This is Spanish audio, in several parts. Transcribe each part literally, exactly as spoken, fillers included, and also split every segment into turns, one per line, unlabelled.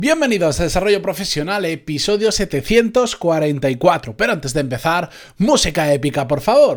Bienvenidos a Desarrollo Profesional, episodio setecientos cuarenta y cuatro. Pero antes de empezar, música épica, por favor.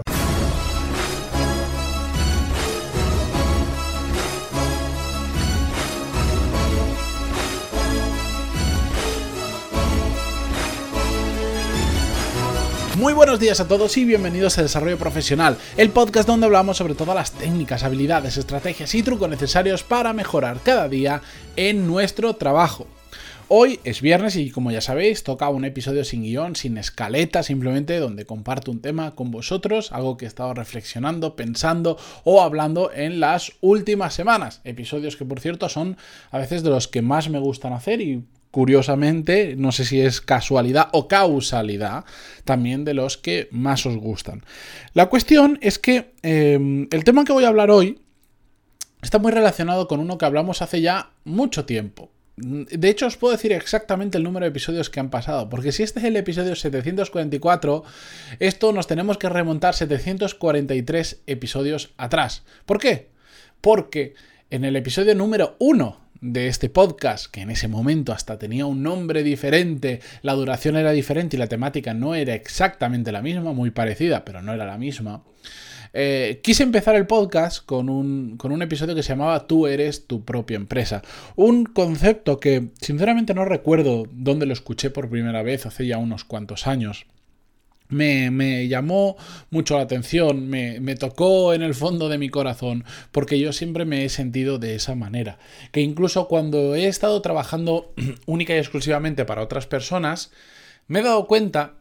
Muy buenos días a todos y bienvenidos a Desarrollo Profesional, el podcast donde hablamos sobre todas las técnicas, habilidades, estrategias y trucos necesarios para mejorar cada día en nuestro trabajo. Hoy es viernes y, como ya sabéis, toca un episodio sin guión, sin escaleta, simplemente donde comparto un tema con vosotros, algo que he estado reflexionando, pensando o hablando en las últimas semanas. Episodios que, por cierto, son a veces de los que más me gustan hacer y, curiosamente, no sé si es casualidad o causalidad, también de los que más os gustan. La cuestión es que eh, el tema que voy a hablar hoy está muy relacionado con uno que hablamos hace ya mucho tiempo. De hecho, os puedo decir exactamente el número de episodios que han pasado, porque si este es el episodio setecientos cuarenta y cuatro, esto nos tenemos que remontar setecientos cuarenta y tres episodios atrás. ¿Por qué? Porque en el episodio número uno de este podcast, que en ese momento hasta tenía un nombre diferente, la duración era diferente y la temática no era exactamente la misma, muy parecida, pero no era la misma, eh, quise empezar el podcast con un, con un episodio que se llamaba Tú eres tu propia empresa. Un concepto que sinceramente no recuerdo dónde lo escuché por primera vez, hace ya unos cuantos años. Me, me llamó mucho la atención, me, me tocó en el fondo de mi corazón, porque yo siempre me he sentido de esa manera. Que incluso cuando he estado trabajando única y exclusivamente para otras personas, me he dado cuenta,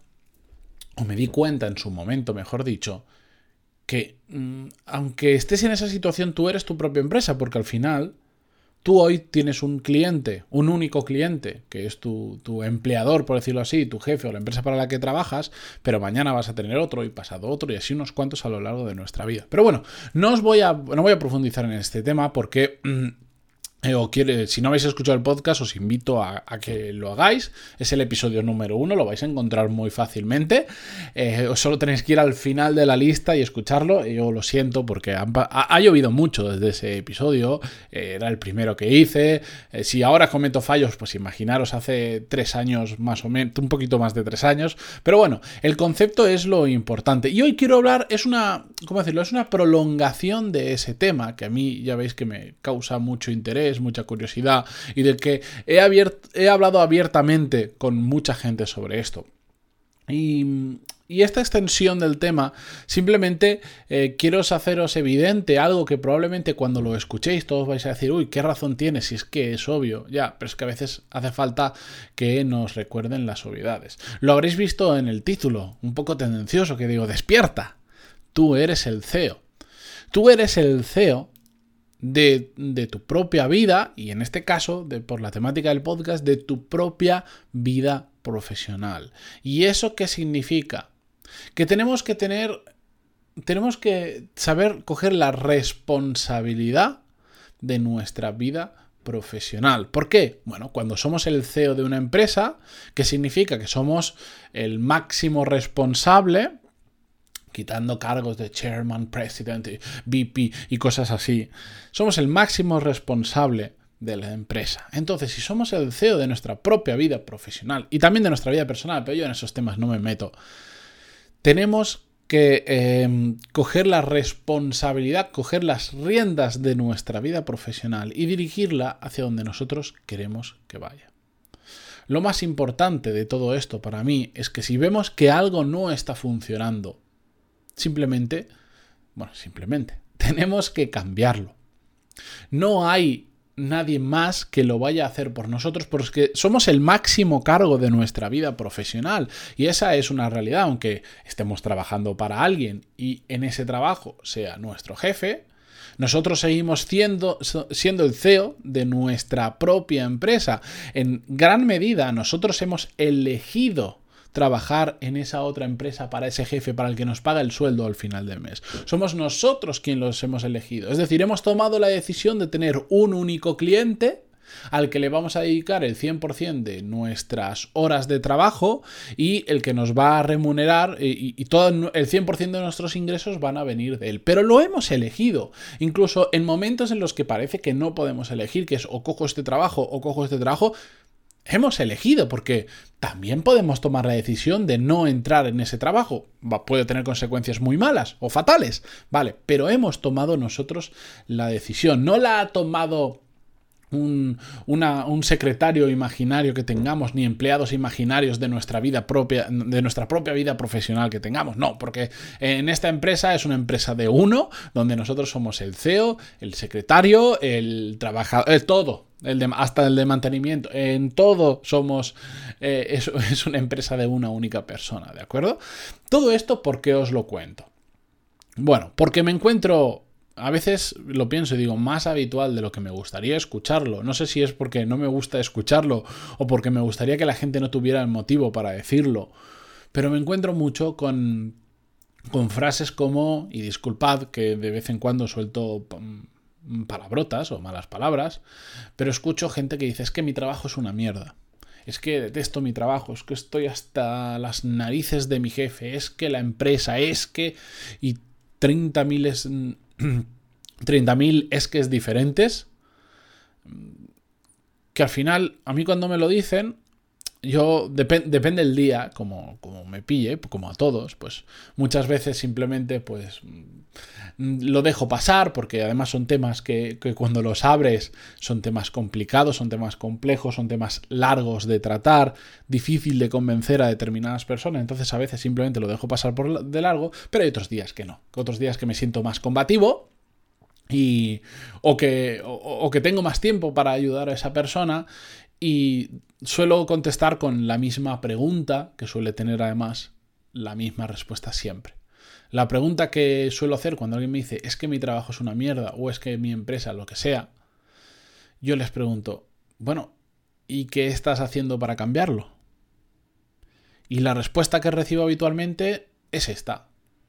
o me di cuenta en su momento, mejor dicho, que mmm, aunque estés en esa situación, tú eres tu propia empresa, porque al final tú hoy tienes un cliente, un único cliente, que es tu, tu empleador, por decirlo así, tu jefe o la empresa para la que trabajas, pero mañana vas a tener otro y pasado otro y así unos cuantos a lo largo de nuestra vida. Pero bueno, no os voy a, no voy a profundizar en este tema porque Mmm, Eh, o quiere, si no habéis escuchado el podcast, os invito a, a que lo hagáis. Es el episodio número uno, lo vais a encontrar muy fácilmente. Eh, solo tenéis que ir al final de la lista y escucharlo. Yo lo siento porque ha, ha, ha llovido mucho desde ese episodio. Eh, era el primero que hice. Eh, si ahora cometo fallos, pues imaginaros hace tres años más o menos, un poquito más de tres años. Pero bueno, el concepto es lo importante. Y hoy quiero hablar, es una, ¿cómo decirlo? Es una prolongación de ese tema que a mí ya veis que me causa mucho interés, mucha curiosidad y del que he, abiert- he hablado abiertamente con mucha gente sobre esto. Y, y esta extensión del tema, simplemente eh, quiero haceros evidente algo que probablemente cuando lo escuchéis todos vais a decir, uy, qué razón tiene, si es que es obvio. Ya, pero es que a veces hace falta que nos recuerden las obviedades. Lo habréis visto en el título, un poco tendencioso, que digo, despierta, tú eres el C E O. Tú eres el C E O De, de tu propia vida y en este caso, de, por la temática del podcast, de tu propia vida profesional. ¿Y eso qué significa? Que tenemos que tener, tenemos que saber coger la responsabilidad de nuestra vida profesional. ¿Por qué? Bueno, cuando somos el C E O de una empresa, ¿qué significa? Que somos el máximo responsable, quitando cargos de chairman, president, V P y cosas así. Somos el máximo responsable de la empresa. Entonces, si somos el C E O de nuestra propia vida profesional y también de nuestra vida personal, pero yo en esos temas no me meto, tenemos que eh, coger la responsabilidad, coger las riendas de nuestra vida profesional y dirigirla hacia donde nosotros queremos que vaya. Lo más importante de todo esto para mí es que si vemos que algo no está funcionando, Simplemente, bueno, simplemente, tenemos que cambiarlo. No hay nadie más que lo vaya a hacer por nosotros porque somos el máximo cargo de nuestra vida profesional y esa es una realidad, aunque estemos trabajando para alguien y en ese trabajo sea nuestro jefe, nosotros seguimos siendo, siendo el C E O de nuestra propia empresa. En gran medida nosotros hemos elegido trabajar en esa otra empresa para ese jefe para el que nos paga el sueldo al final del mes. Somos nosotros quienes los hemos elegido. Es decir, hemos tomado la decisión de tener un único cliente al que le vamos a dedicar el cien por ciento de nuestras horas de trabajo y el que nos va a remunerar y, y todo el cien por ciento de nuestros ingresos van a venir de él. Pero lo hemos elegido, incluso en momentos en los que parece que no podemos elegir, que es o cojo este trabajo o cojo este trabajo, hemos elegido, porque también podemos tomar la decisión de no entrar en ese trabajo. Va, puede tener consecuencias muy malas o fatales, vale, pero hemos tomado nosotros la decisión. No la ha tomado un, una, un secretario imaginario que tengamos, ni empleados imaginarios de nuestra vida propia, de nuestra propia vida profesional que tengamos. No, porque en esta empresa es una empresa de uno, donde nosotros somos el C E O, el secretario, el trabajador, el todo. El de, hasta el de mantenimiento, en todo somos, eh, es, es una empresa de una única persona, ¿de acuerdo? Todo esto, ¿por qué os lo cuento? Bueno, porque me encuentro, a veces lo pienso y digo, más habitual de lo que me gustaría escucharlo. No sé si es porque no me gusta escucharlo o porque me gustaría que la gente no tuviera el motivo para decirlo, pero me encuentro mucho con, con frases como, y disculpad que de vez en cuando suelto palabrotas o malas palabras, pero escucho gente que dice, es que mi trabajo es una mierda, es que detesto mi trabajo, es que estoy hasta las narices de mi jefe, es que la empresa, es que... y treinta mil es... treinta mil es que es diferentes, que al final, a mí cuando me lo dicen, yo, dep- depende del día, como, como me pille, como a todos, pues muchas veces simplemente pues lo dejo pasar, porque además son temas que, que cuando los abres son temas complicados, son temas complejos, son temas largos de tratar, difícil de convencer a determinadas personas, entonces a veces simplemente lo dejo pasar por de largo, pero hay otros días que no, otros días que me siento más combativo y o que, o, o que tengo más tiempo para ayudar a esa persona. Y suelo contestar con la misma pregunta, que suele tener además la misma respuesta siempre. La pregunta que suelo hacer cuando alguien me dice es que mi trabajo es una mierda o es que mi empresa, lo que sea, yo les pregunto, bueno, ¿y qué estás haciendo para cambiarlo? Y la respuesta que recibo habitualmente es esta.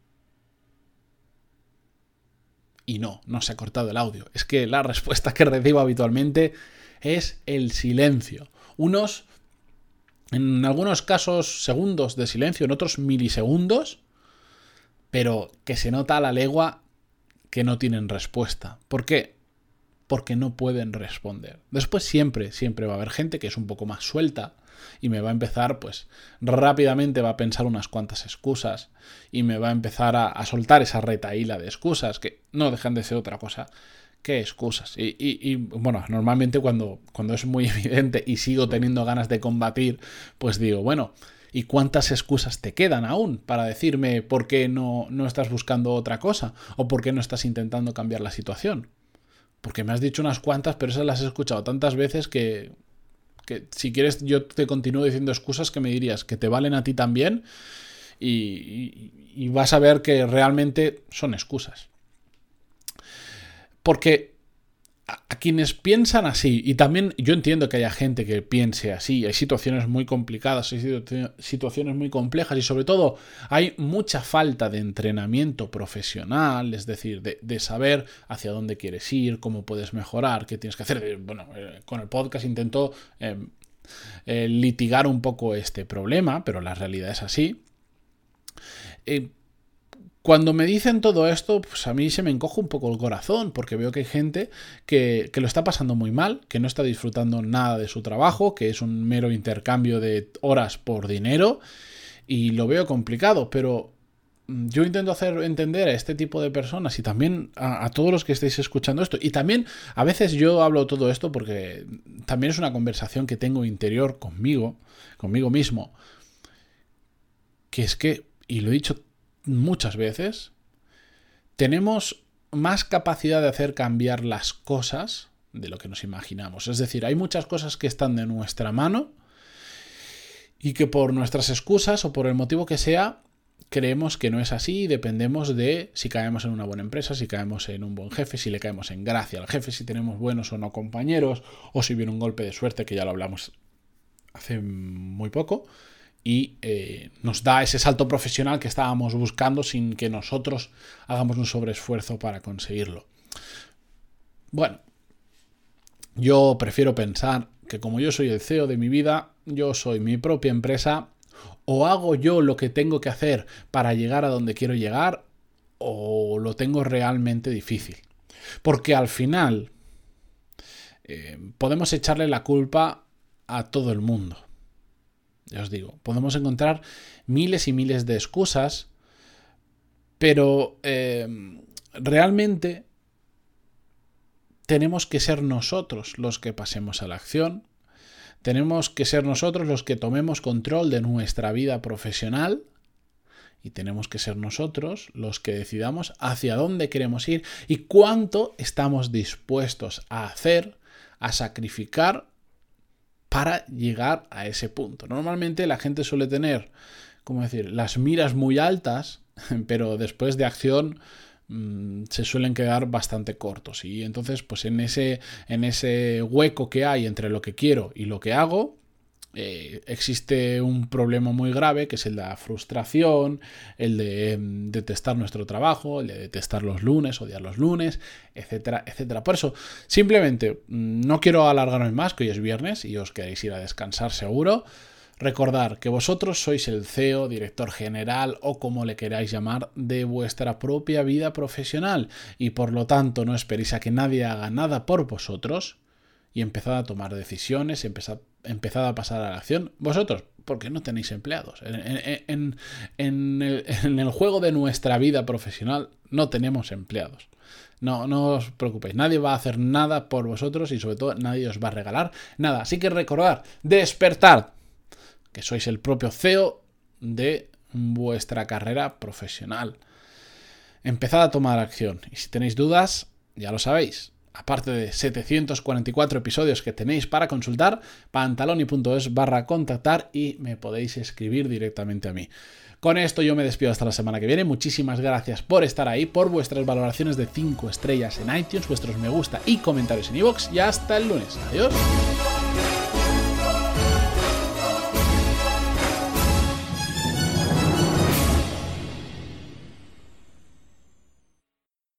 Y no, no se ha cortado el audio. Es que la respuesta que recibo habitualmente es el silencio. Unos, en algunos casos, segundos de silencio, en otros milisegundos, pero que se nota a la legua que no tienen respuesta. ¿Por qué? Porque no pueden responder. Después siempre, siempre va a haber gente que es un poco más suelta y me va a empezar, pues, rápidamente va a pensar unas cuantas excusas y me va a empezar a, a soltar esa retahíla de excusas que no dejan de ser otra cosa. ¿Qué excusas? Y, y, y bueno, normalmente cuando, cuando es muy evidente y sigo teniendo ganas de combatir, pues digo, bueno, ¿y cuántas excusas te quedan aún para decirme por qué no, no estás buscando otra cosa? ¿O por qué no estás intentando cambiar la situación? Porque me has dicho unas cuantas, pero esas las he escuchado tantas veces que, que si quieres yo te continúo diciendo excusas que me dirías que te valen a ti también y, y, y vas a ver que realmente son excusas. Porque a quienes piensan así, y también yo entiendo que haya gente que piense así, hay situaciones muy complicadas, hay situaciones muy complejas y sobre todo hay mucha falta de entrenamiento profesional, es decir, de, de saber hacia dónde quieres ir, cómo puedes mejorar, qué tienes que hacer. Bueno, eh, con el podcast intento eh, eh, litigar un poco este problema, pero la realidad es así. Eh, Cuando me dicen todo esto, pues a mí se me encoge un poco el corazón, porque veo que hay gente que, que lo está pasando muy mal, que no está disfrutando nada de su trabajo, que es un mero intercambio de horas por dinero, y lo veo complicado, pero yo intento hacer entender a este tipo de personas y también a, a todos los que estéis escuchando esto, y también a veces yo hablo todo esto porque también es una conversación que tengo interior conmigo, conmigo mismo, que es que, y lo he dicho muchas veces, tenemos más capacidad de hacer cambiar las cosas de lo que nos imaginamos. Es decir, hay muchas cosas que están de nuestra mano y que por nuestras excusas o por el motivo que sea, creemos que no es así y dependemos de si caemos en una buena empresa, si caemos en un buen jefe, si le caemos en gracia al jefe, si tenemos buenos o no compañeros, o si viene un golpe de suerte, que ya lo hablamos hace muy poco, y eh, nos da ese salto profesional que estábamos buscando sin que nosotros hagamos un sobreesfuerzo para conseguirlo. Bueno, yo prefiero pensar que como yo soy el C E O de mi vida, yo soy mi propia empresa, o hago yo lo que tengo que hacer para llegar a donde quiero llegar, o lo tengo realmente difícil. Porque al final eh, podemos echarle la culpa a todo el mundo. Ya os digo, podemos encontrar miles y miles de excusas, pero eh, realmente tenemos que ser nosotros los que pasemos a la acción. Tenemos que ser nosotros los que tomemos control de nuestra vida profesional y tenemos que ser nosotros los que decidamos hacia dónde queremos ir y cuánto estamos dispuestos a hacer, a sacrificar para llegar a ese punto. Normalmente la gente suele tener, ¿cómo decir?, las miras muy altas, pero después de acción mmm, se suelen quedar bastante cortos. Y entonces, pues en ese, en ese hueco que hay entre lo que quiero y lo que hago, eh, existe un problema muy grave, que es el de la frustración, el de eh, detestar nuestro trabajo, el de detestar los lunes, odiar los lunes, etcétera, etcétera. Por eso, simplemente, no quiero alargarme más, que hoy es viernes y os queréis ir a descansar seguro. Recordar que vosotros sois el C E O, director general o como le queráis llamar de vuestra propia vida profesional y por lo tanto no esperéis a que nadie haga nada por vosotros y empezad a tomar decisiones, empezad, empezad a pasar a la acción. Vosotros, porque no tenéis empleados. En, en, en, en, el, en el juego de nuestra vida profesional no tenemos empleados. No, no os preocupéis, nadie va a hacer nada por vosotros y sobre todo nadie os va a regalar nada. Así que recordad, despertad, que sois el propio C E O de vuestra carrera profesional. Empezad a tomar acción. Y si tenéis dudas, ya lo sabéis. Aparte de setecientos cuarenta y cuatro episodios que tenéis para consultar, pantaloni.es barra contactar y me podéis escribir directamente a mí. Con esto yo me despido hasta la semana que viene. Muchísimas gracias por estar ahí, por vuestras valoraciones de cinco estrellas en iTunes, vuestros me gusta y comentarios en iVoox y hasta el lunes. Adiós.